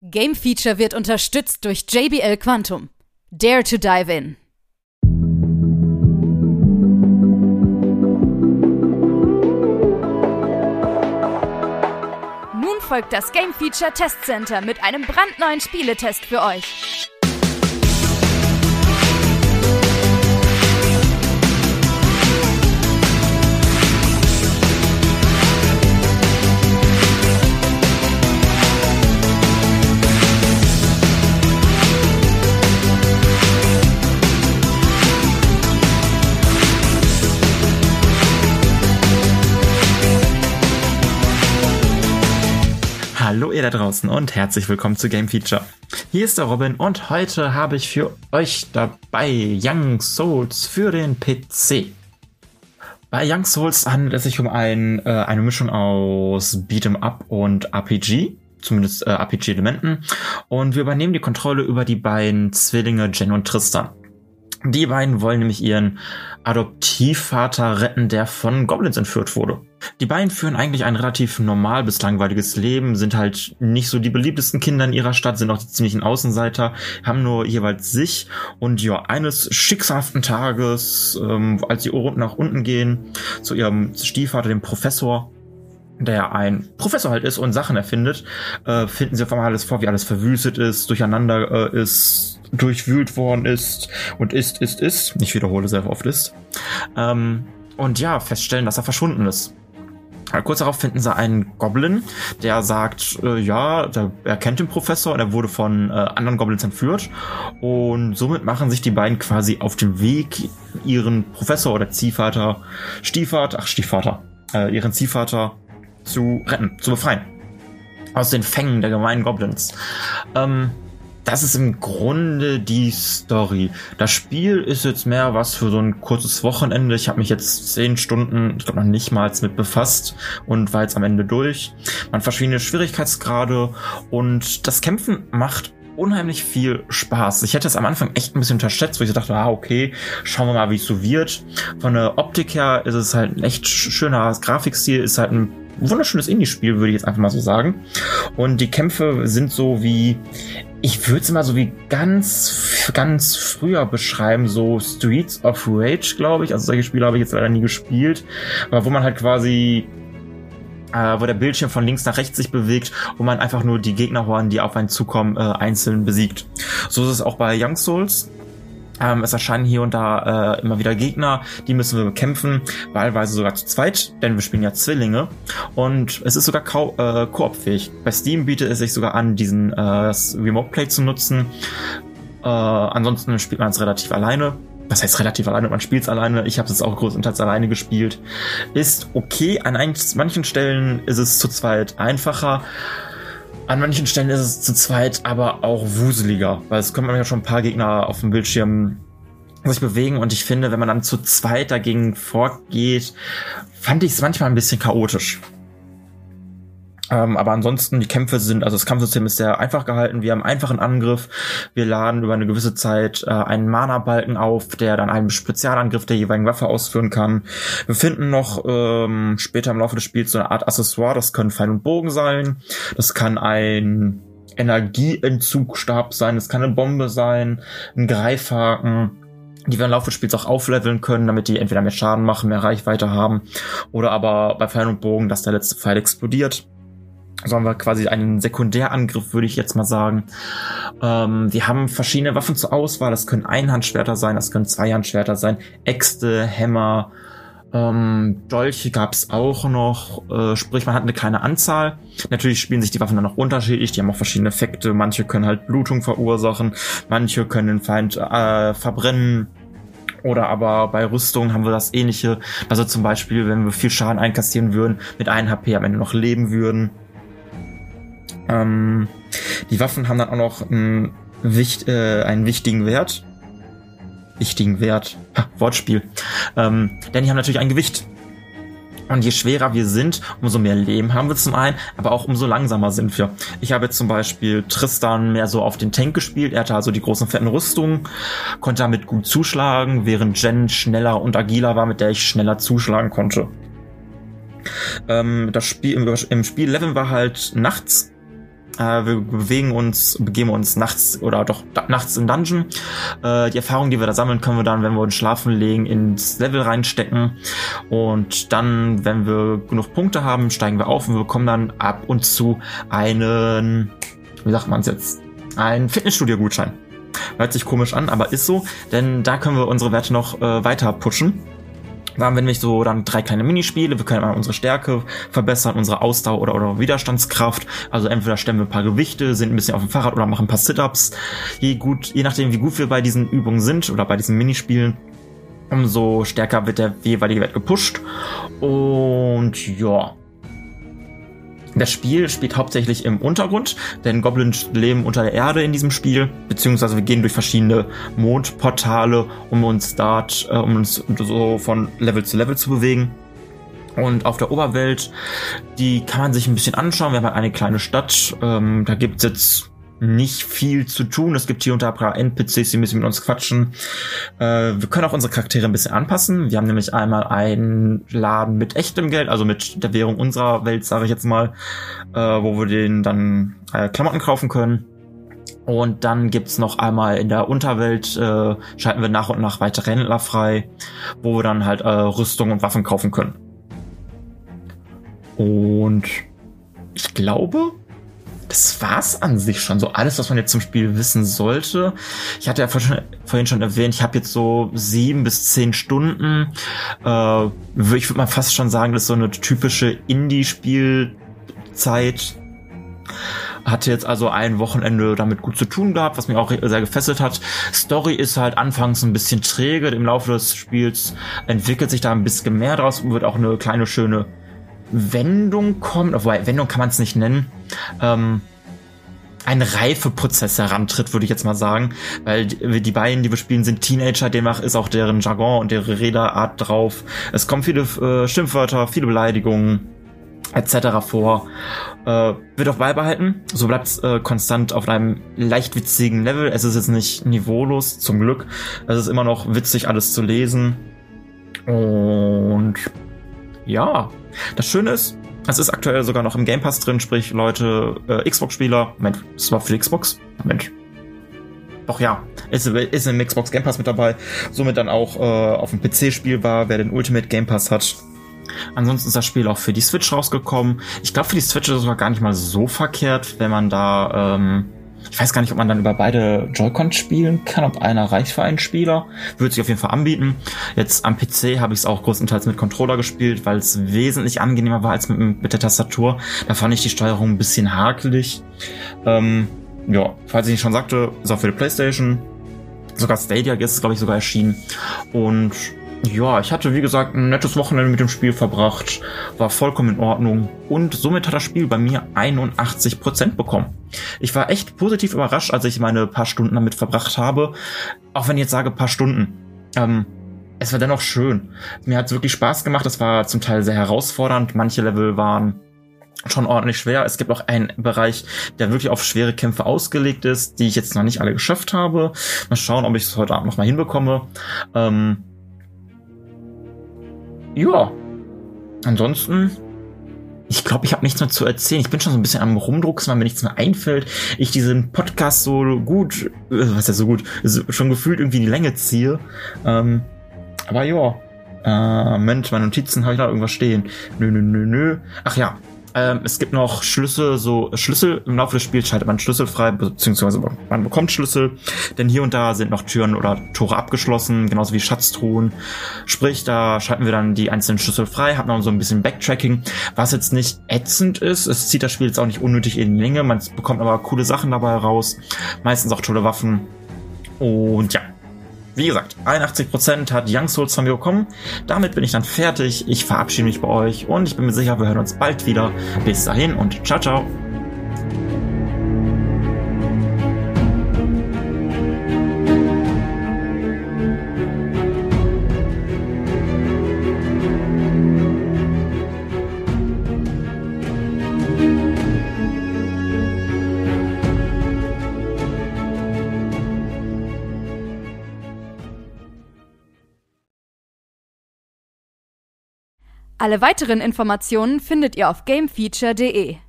Game Feature wird unterstützt durch JBL Quantum. Dare to dive in. Nun folgt das Game Feature Test Center mit einem brandneuen Spieletest für euch. Hallo ihr da draußen und herzlich willkommen zu Game Feature. Hier ist der Robin und heute habe ich für euch dabei Young Souls für den PC. Bei Young Souls handelt es sich um eine Mischung aus Beat'em Up und RPG, zumindest RPG-Elementen, und wir übernehmen die Kontrolle über die beiden Zwillinge Jen und Tristan. Die beiden wollen nämlich ihren Adoptivvater retten, der von Goblins entführt wurde. Die beiden führen eigentlich ein relativ normal bis langweiliges Leben, sind halt nicht so die beliebtesten Kinder in ihrer Stadt, sind auch die ziemlichen Außenseiter, haben nur jeweils sich und ja, eines schicksalhaften Tages, als sie nach unten gehen, zu ihrem Stiefvater, dem Professor, der ein Professor halt ist und Sachen erfindet, finden sie auf einmal alles vor, wie alles verwüstet ist, durcheinander ist, durchwühlt worden ist und ist. Ich wiederhole sehr oft ist. Und ja, feststellen, dass er verschwunden ist. Kurz darauf finden sie einen Goblin, der sagt, er kennt den Professor und er wurde von anderen Goblins entführt. Und somit machen sich die beiden quasi auf den Weg, ihren Professor oder ihren Ziehvater zu retten, zu befreien. Aus den Fängen der gemeinen Goblins. Das ist im Grunde die Story. Das Spiel ist jetzt mehr was für so ein kurzes Wochenende. Ich habe mich jetzt 10 Stunden, ich glaube noch nicht mal mit befasst und war jetzt am Ende durch. Man hat verschiedene Schwierigkeitsgrade und das Kämpfen macht unheimlich viel Spaß. Ich hätte es am Anfang echt ein bisschen unterschätzt, wo ich so dachte, okay, schauen wir mal, wie es so wird. Von der Optik her ist es halt ein echt schöner Grafikstil, ist halt ein wunderschönes Indie-Spiel, würde ich jetzt einfach mal so sagen. Und die Kämpfe sind so wie, ich würde es mal so wie ganz früher beschreiben, so Streets of Rage, glaube ich. Also solche Spiele habe ich jetzt leider nie gespielt. Aber wo man halt quasi, wo der Bildschirm von links nach rechts sich bewegt, wo man einfach nur die Gegnerhorden, die auf einen zukommen, einzeln besiegt. So ist es auch bei Young Souls. Es erscheinen hier und da immer wieder Gegner, die müssen wir bekämpfen, wahlweise sogar zu zweit, denn wir spielen ja Zwillinge und es ist sogar koop-fähig. Bei Steam bietet es sich sogar an, diesen Remote Play zu nutzen. Ansonsten spielt man es relativ alleine. Was heißt relativ alleine? Man spielt es alleine. Ich habe es auch größtenteils alleine gespielt. Ist okay, an manchen Stellen ist es zu zweit einfacher. An manchen Stellen ist es zu zweit aber auch wuseliger, weil es können ja schon ein paar Gegner auf dem Bildschirm sich bewegen und ich finde, wenn man dann zu zweit dagegen vorgeht, fand ich es manchmal ein bisschen chaotisch. Aber ansonsten, die Kämpfe das Kampfsystem ist sehr einfach gehalten. Wir haben einen einfachen Angriff. Wir laden über eine gewisse Zeit einen Mana-Balken auf, der dann einen Spezialangriff der jeweiligen Waffe ausführen kann. Wir finden noch später im Laufe des Spiels so eine Art Accessoire. Das können Pfeil und Bogen sein. Das kann ein Energieentzugstab sein. Das kann eine Bombe sein. Ein Greifhaken, die wir im Laufe des Spiels auch aufleveln können, damit die entweder mehr Schaden machen, mehr Reichweite haben. Oder aber bei Pfeil und Bogen, dass der letzte Pfeil explodiert. So haben wir quasi einen Sekundärangriff, würde ich jetzt mal sagen. Wir haben verschiedene Waffen zur Auswahl. Das können Einhandschwerter sein, das können Zweihandschwerter sein, Äxte, Hämmer, Dolche gab's auch noch. Sprich, man hat eine kleine Anzahl. Natürlich spielen sich die Waffen dann noch unterschiedlich. Die haben auch verschiedene Effekte. Manche können halt Blutung verursachen, manche können den Feind verbrennen. Oder aber bei Rüstung haben wir das Ähnliche. Also zum Beispiel, wenn wir viel Schaden einkassieren würden, mit 1 HP am Ende noch leben würden. Die Waffen haben dann auch noch einen wichtigen Wert. Wortspiel. Denn die haben natürlich ein Gewicht. Und je schwerer wir sind, umso mehr Leben haben wir zum einen, aber auch umso langsamer sind wir. Ich habe jetzt zum Beispiel Tristan mehr so auf den Tank gespielt. Er hatte also die großen fetten Rüstungen, konnte damit gut zuschlagen, während Jen schneller und agiler war, mit der ich schneller zuschlagen konnte. Das Spiel, im Spiel leveln wir halt nachts. Wir begeben uns nachts nachts in Dungeon. Die Erfahrung, die wir da sammeln, können wir dann, wenn wir uns schlafen legen, ins Level reinstecken. Und dann, wenn wir genug Punkte haben, steigen wir auf und wir bekommen dann ab und zu einen, wie sagt man es jetzt, einen Fitnessstudio-Gutschein. Hört sich komisch an, aber ist so, denn da können wir unsere Werte noch weiter pushen. Da haben wir nämlich so dann 3 kleine Minispiele. Wir können mal unsere Stärke verbessern, unsere Ausdauer oder Widerstandskraft. Also entweder stemmen wir ein paar Gewichte, sind ein bisschen auf dem Fahrrad oder machen ein paar Sit-Ups. Je nachdem, wie gut wir bei diesen Übungen sind oder bei diesen Minispielen, umso stärker wird der jeweilige Wert gepusht. Und ja, das Spiel spielt hauptsächlich im Untergrund, denn Goblins leben unter der Erde in diesem Spiel, beziehungsweise wir gehen durch verschiedene Mondportale, um uns so von Level zu Level zu bewegen. Und auf der Oberwelt, die kann man sich ein bisschen anschauen. Wir haben halt eine kleine Stadt, da gibt's jetzt nicht viel zu tun. Es gibt hier und da ein paar NPCs, die ein bisschen mit uns quatschen. Wir können auch unsere Charaktere ein bisschen anpassen. Wir haben nämlich einmal einen Laden mit echtem Geld, also mit der Währung unserer Welt, sage ich jetzt mal, wo wir denen dann Klamotten kaufen können. Und dann gibt's noch einmal in der Unterwelt, schalten wir nach und nach weitere Händler frei, wo wir dann halt Rüstung und Waffen kaufen können. Und ich glaube, das war's an sich schon. So alles, was man jetzt zum Spiel wissen sollte. Ich hatte ja vorhin schon erwähnt, ich habe jetzt so 7 bis 10 Stunden. Ich würde mal fast schon sagen, das ist so eine typische Indie-Spielzeit. Hatte jetzt also ein Wochenende damit gut zu tun gehabt, was mir auch sehr gefesselt hat. Story ist halt anfangs ein bisschen träge. Im Laufe des Spiels entwickelt sich da ein bisschen mehr draus. Wird auch eine kleine, schöne Wendung kommen, wobei Wendung kann man es nicht nennen, ein Reifeprozess herantritt, würde ich jetzt mal sagen, weil die beiden, die wir spielen, sind Teenager, demnach ist auch deren Jargon und deren Redeart drauf. Es kommen viele Schimpfwörter, viele Beleidigungen etc. vor. Wird auch beibehalten, so bleibt es konstant auf einem leicht witzigen Level. Es ist jetzt nicht niveaulos, zum Glück. Es ist immer noch witzig, alles zu lesen. Und ja, das Schöne ist, es ist aktuell sogar noch im Game Pass drin, sprich Leute, Xbox-Spieler, Moment, das war für Xbox? Moment. Doch ja, ist im Xbox Game Pass mit dabei, somit dann auch auf dem PC spielbar, wer den Ultimate Game Pass hat. Ansonsten ist das Spiel auch für die Switch rausgekommen. Ich glaube, für die Switch ist es sogar gar nicht mal so verkehrt, wenn man da, ich weiß gar nicht, ob man dann über beide Joy-Con spielen kann, ob einer reicht für einen Spieler. Würde sich auf jeden Fall anbieten. Jetzt am PC habe ich es auch größtenteils mit Controller gespielt, weil es wesentlich angenehmer war als mit der Tastatur. Da fand ich die Steuerung ein bisschen hakelig. Ja, falls ich nicht schon sagte, ist auch für die PlayStation. Sogar Stadia ist es, glaube ich, sogar erschienen. Und ja, ich hatte, wie gesagt, ein nettes Wochenende mit dem Spiel verbracht, war vollkommen in Ordnung und somit hat das Spiel bei mir 81% bekommen. Ich war echt positiv überrascht, als ich meine paar Stunden damit verbracht habe, auch wenn ich jetzt sage paar Stunden. Es war dennoch schön. Mir hat es wirklich Spaß gemacht, es war zum Teil sehr herausfordernd, manche Level waren schon ordentlich schwer. Es gibt auch einen Bereich, der wirklich auf schwere Kämpfe ausgelegt ist, die ich jetzt noch nicht alle geschafft habe. Mal schauen, ob ich es heute Abend noch mal hinbekomme. Ja, ansonsten, ich glaube, ich habe nichts mehr zu erzählen. Ich bin schon so ein bisschen am Rumdrucksen, weil mir nichts mehr einfällt. Ich diesen Podcast so gut, was ja so gut, schon gefühlt irgendwie in die Länge ziehe. Aber ja, Moment, meine Notizen, habe ich da irgendwas stehen? Nö. Ach ja. Es gibt noch Schlüssel im Laufe des Spiels schaltet man Schlüssel frei, beziehungsweise man bekommt Schlüssel, denn hier und da sind noch Türen oder Tore abgeschlossen, genauso wie Schatztruhen. Sprich, da schalten wir dann die einzelnen Schlüssel frei, hat noch so ein bisschen Backtracking, was jetzt nicht ätzend ist. Es zieht das Spiel jetzt auch nicht unnötig in die Länge, man bekommt aber coole Sachen dabei raus, meistens auch tolle Waffen. Und ja, wie gesagt, 81% hat Young Souls von mir bekommen. Damit bin ich dann fertig. Ich verabschiede mich bei euch und ich bin mir sicher, wir hören uns bald wieder. Bis dahin und ciao, ciao. Alle weiteren Informationen findet ihr auf gamefeature.de.